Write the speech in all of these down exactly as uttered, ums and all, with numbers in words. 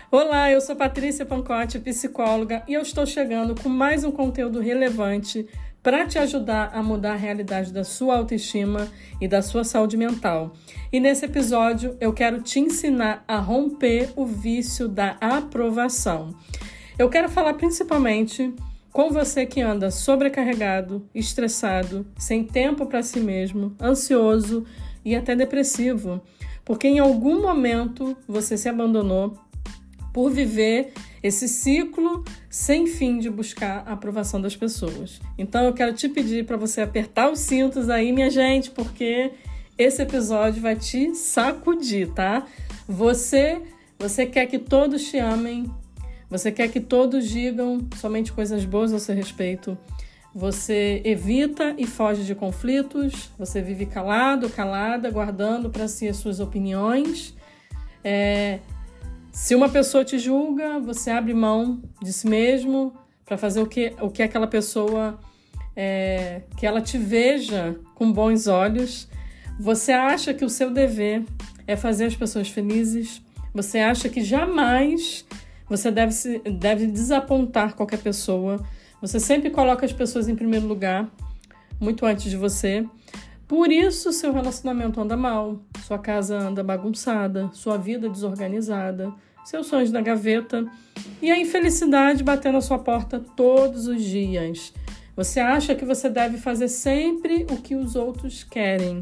Olá, eu sou Patrícia Pancotti, psicóloga, e eu estou chegando com mais um conteúdo relevante para te ajudar a mudar a realidade da sua autoestima e da sua saúde mental. E nesse episódio eu quero te ensinar a romper o vício da aprovação. Eu quero falar principalmente com você que anda sobrecarregado, estressado, sem tempo para si mesmo, ansioso e até depressivo, porque em algum momento você se abandonou por viver esse ciclo sem fim de buscar a aprovação das pessoas. Então eu quero te pedir para você apertar os cintos aí, minha gente, porque esse episódio vai te sacudir, tá? Você, você quer que todos te amem, você quer que todos digam somente coisas boas ao seu respeito, você evita e foge de conflitos, você vive calado, calada, guardando para si as suas opiniões. É... Se uma pessoa te julga, você abre mão de si mesmo para fazer o que, o que aquela pessoa, é, que ela te veja com bons olhos. Você acha que o seu dever é fazer as pessoas felizes. Você acha que jamais você deve, se, deve desapontar qualquer pessoa. Você sempre coloca as pessoas em primeiro lugar, muito antes de você. Por isso, seu relacionamento anda mal, sua casa anda bagunçada, sua vida desorganizada, seus sonhos na gaveta e a infelicidade batendo na sua porta todos os dias. Você acha que você deve fazer sempre o que os outros querem.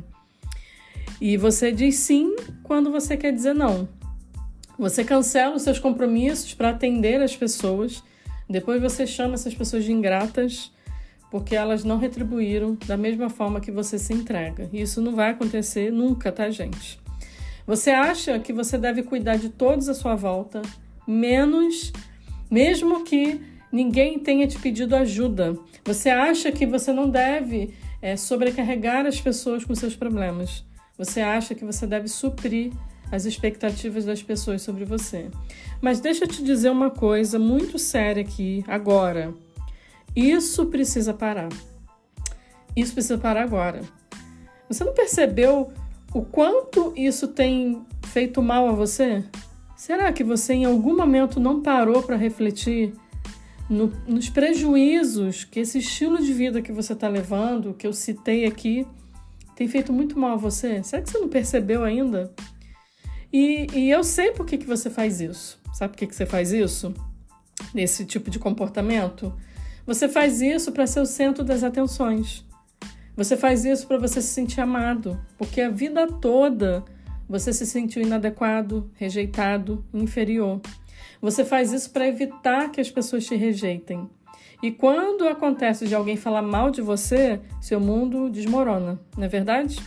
E você diz sim quando você quer dizer não. Você cancela os seus compromissos para atender as pessoas. Depois você chama essas pessoas de ingratas porque elas não retribuíram da mesma forma que você se entrega. E isso não vai acontecer nunca, tá, gente? Você acha que você deve cuidar de todos à sua volta, menos, mesmo que ninguém tenha te pedido ajuda. Você acha que você não deve é, sobrecarregar as pessoas com seus problemas. Você acha que você deve suprir as expectativas das pessoas sobre você. Mas deixa eu te dizer uma coisa muito séria aqui, agora. Isso precisa parar. Isso precisa parar agora. Você não percebeu o quanto isso tem feito mal a você? Será que você em algum momento não parou para refletir no, nos prejuízos que esse estilo de vida que você está levando, que eu citei aqui, tem feito muito mal a você? Será que você não percebeu ainda? E, e eu sei por que, que você faz isso. Sabe por que, que você faz isso? Nesse tipo de comportamento? Você faz isso para ser o centro das atenções. Você faz isso para você se sentir amado, porque a vida toda você se sentiu inadequado, rejeitado, inferior. Você faz isso para evitar que as pessoas te rejeitem. E quando acontece de alguém falar mal de você, seu mundo desmorona, não é verdade?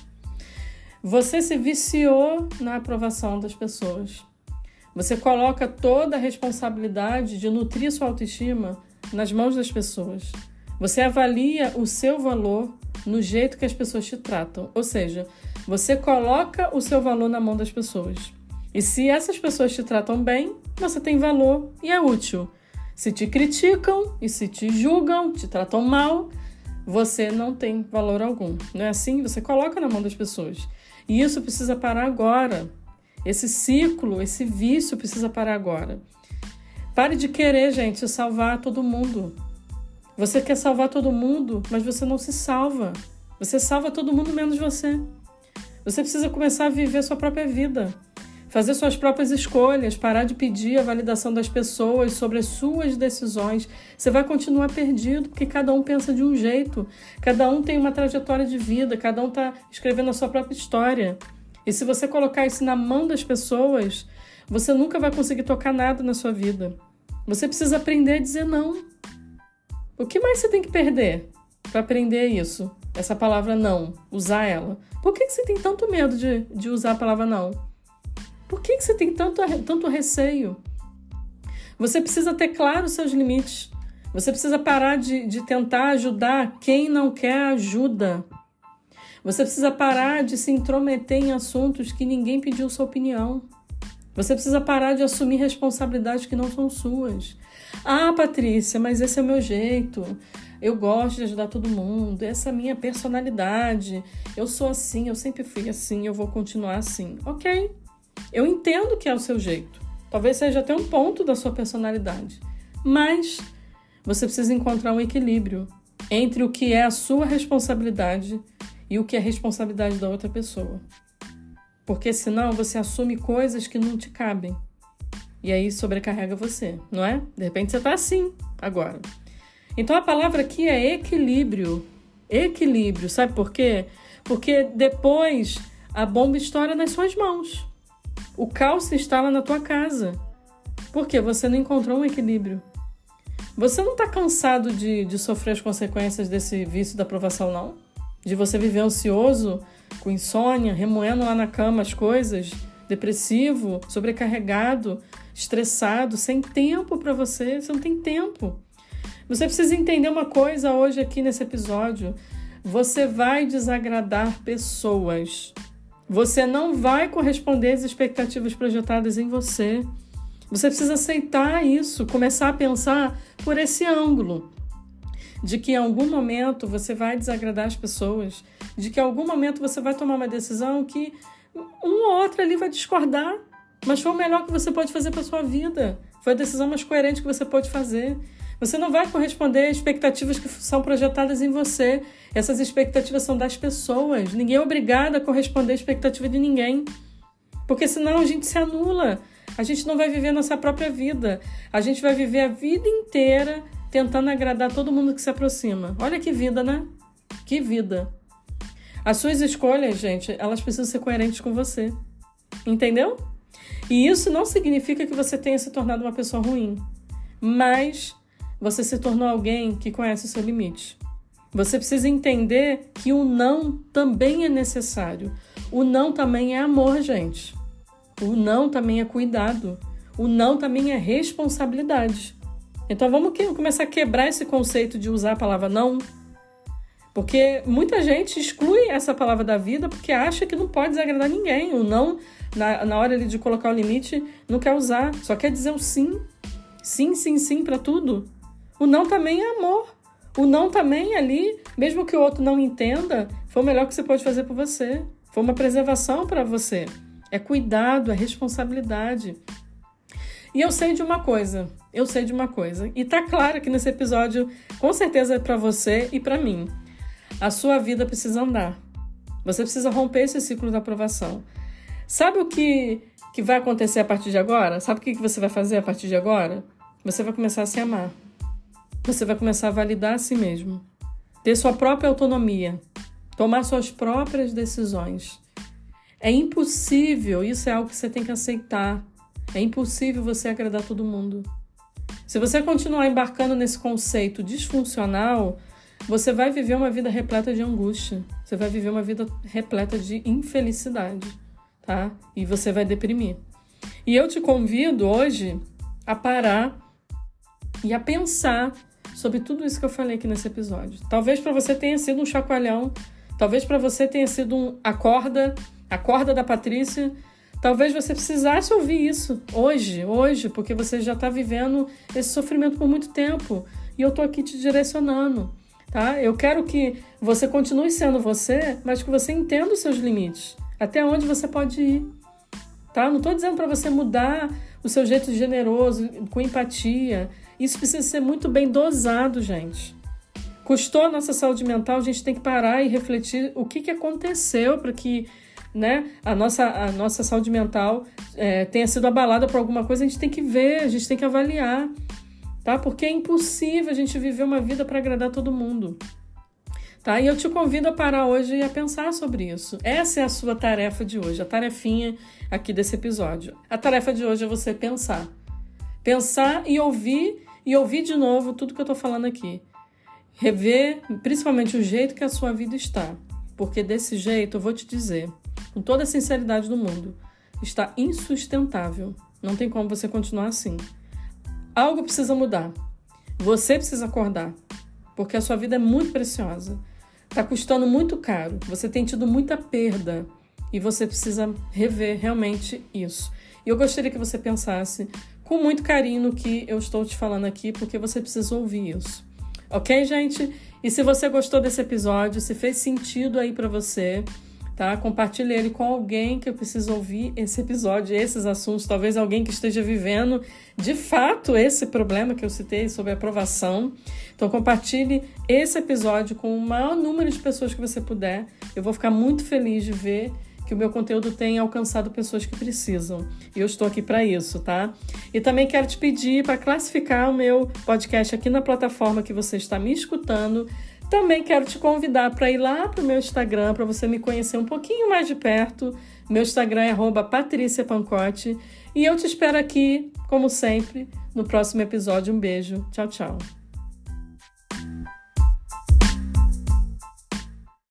Você se viciou na aprovação das pessoas. Você coloca toda a responsabilidade de nutrir sua autoestima nas mãos das pessoas. Você avalia o seu valor no jeito que as pessoas te tratam. Ou seja, você coloca o seu valor na mão das pessoas. E se essas pessoas te tratam bem, você tem valor e é útil. Se te criticam e se te julgam, te tratam mal, você não tem valor algum. Não é assim? Você coloca na mão das pessoas. E isso precisa parar agora. Esse ciclo, esse vício precisa parar agora. Pare de querer, gente, salvar todo mundo. Você quer salvar todo mundo, mas você não se salva. Você salva todo mundo menos você. Você precisa começar a viver a sua própria vida. Fazer suas próprias escolhas, parar de pedir a validação das pessoas sobre as suas decisões. Você vai continuar perdido, porque cada um pensa de um jeito. Cada um tem uma trajetória de vida, cada um está escrevendo a sua própria história. E se você colocar isso na mão das pessoas, você nunca vai conseguir tocar nada na sua vida. Você precisa aprender a dizer não. O que mais você tem que perder para aprender isso? Essa palavra não, usar ela. Por que, que você tem tanto medo de, de usar a palavra não? Por que, que você tem tanto, tanto receio? Você precisa ter claro os seus limites. Você precisa parar de, de tentar ajudar quem não quer ajuda. Você precisa parar de se intrometer em assuntos que ninguém pediu sua opinião. Você precisa parar de assumir responsabilidades que não são suas. Ah, Patrícia, mas esse é o meu jeito. Eu gosto de ajudar todo mundo. Essa é a minha personalidade. Eu sou assim, eu sempre fui assim, eu vou continuar assim. Ok, eu entendo que é o seu jeito. Talvez seja até um ponto da sua personalidade. Mas você precisa encontrar um equilíbrio entre o que é a sua responsabilidade e o que é a responsabilidade da outra pessoa. Porque senão você assume coisas que não te cabem. E aí sobrecarrega você, não é? De repente você está assim agora. Então a palavra aqui é equilíbrio. Equilíbrio, sabe por quê? Porque depois a bomba estoura nas suas mãos. O caos se instala na tua casa. Por quê? Você não encontrou um equilíbrio. Você não está cansado de, de sofrer as consequências desse vício da aprovação, não? De você viver ansioso, com insônia, remoendo lá na cama as coisas, depressivo, sobrecarregado, estressado, sem tempo para você. Você não tem tempo. Você precisa entender uma coisa hoje aqui nesse episódio. Você vai desagradar pessoas. Você não vai corresponder às expectativas projetadas em você. Você precisa aceitar isso, começar a pensar por esse ângulo. De que em algum momento você vai desagradar as pessoas. De que em algum momento você vai tomar uma decisão que um ou outro ali vai discordar. Mas foi o melhor que você pode fazer para a sua vida. Foi a decisão mais coerente que você pode fazer. Você não vai corresponder às expectativas que são projetadas em você. Essas expectativas são das pessoas. Ninguém é obrigado a corresponder à expectativa de ninguém. Porque senão a gente se anula. A gente não vai viver a nossa própria vida. A gente vai viver a vida inteira tentando agradar todo mundo que se aproxima. Olha que vida, né? Que vida. As suas escolhas, gente, elas precisam ser coerentes com você. Entendeu? E isso não significa que você tenha se tornado uma pessoa ruim. Mas você se tornou alguém que conhece o seu limite. Você precisa entender que o não também é necessário. O não também é amor, gente. O não também é cuidado. O não também é responsabilidade. Então vamos que, começar a quebrar esse conceito de usar a palavra não. Porque muita gente exclui essa palavra da vida porque acha que não pode desagradar ninguém. O não, na, na hora ali de colocar o limite, não quer usar. Só quer dizer o sim. Sim, sim, sim para tudo. O não também é amor. O não também ali, mesmo que o outro não entenda, foi o melhor que você pode fazer por você. Foi uma preservação para você. É cuidado, é responsabilidade. E eu sei de uma coisa, eu sei de uma coisa. E tá claro que nesse episódio, com certeza é para você e para mim. A sua vida precisa andar. Você precisa romper esse ciclo da aprovação. Sabe o que, que vai acontecer a partir de agora? Sabe o que você vai fazer a partir de agora? Você vai começar a se amar. Você vai começar a validar a si mesmo. Ter sua própria autonomia. Tomar suas próprias decisões. É impossível, isso é algo que você tem que aceitar. É impossível você agradar todo mundo. Se você continuar embarcando nesse conceito disfuncional, você vai viver uma vida repleta de angústia. Você vai viver uma vida repleta de infelicidade, tá? E você vai deprimir. E eu te convido hoje a parar e a pensar sobre tudo isso que eu falei aqui nesse episódio. Talvez para você tenha sido um chacoalhão, talvez para você tenha sido um acorda, acorda da Patrícia. Talvez você precisasse ouvir isso hoje, hoje, porque você já está vivendo esse sofrimento por muito tempo. E eu estou aqui te direcionando, tá? Eu quero que você continue sendo você, mas que você entenda os seus limites. Até onde você pode ir, tá? Não estou dizendo para você mudar o seu jeito generoso, com empatia. Isso precisa ser muito bem dosado, gente. Custou a nossa saúde mental, a gente tem que parar e refletir o que, que aconteceu para que, né, a, nossa, a nossa saúde mental é, tenha sido abalada por alguma coisa. A gente tem que ver, a gente tem que avaliar, tá? Porque é impossível a gente viver uma vida para agradar todo mundo, tá? E eu te convido a parar hoje e a pensar sobre isso. Essa é a sua tarefa de hoje, a tarefinha aqui desse episódio. A tarefa de hoje é você pensar. Pensar e ouvir, e ouvir de novo tudo que eu tô falando aqui. Rever, principalmente o jeito que a sua vida está. Porque desse jeito, eu vou te dizer, com toda a sinceridade do mundo, está insustentável. Não tem como você continuar assim. Algo precisa mudar. Você precisa acordar. Porque a sua vida é muito preciosa. Está custando muito caro. Você tem tido muita perda. E você precisa rever realmente isso. E eu gostaria que você pensasse com muito carinho no que eu estou te falando aqui, porque você precisa ouvir isso. Ok, gente? E se você gostou desse episódio, se fez sentido aí para você, tá? Compartilhe ele com alguém que eu preciso ouvir esse episódio, esses assuntos, talvez alguém que esteja vivendo de fato esse problema que eu citei sobre aprovação. Então compartilhe esse episódio com o maior número de pessoas que você puder. Eu vou ficar muito feliz de ver que o meu conteúdo tenha alcançado pessoas que precisam. E eu estou aqui para isso, tá? E também quero te pedir para classificar o meu podcast aqui na plataforma que você está me escutando. Também quero te convidar para ir lá para o meu Instagram, para você me conhecer um pouquinho mais de perto. Meu Instagram é arroba Patrícia Pancotti. E eu te espero aqui, como sempre, no próximo episódio. Um beijo. Tchau, tchau.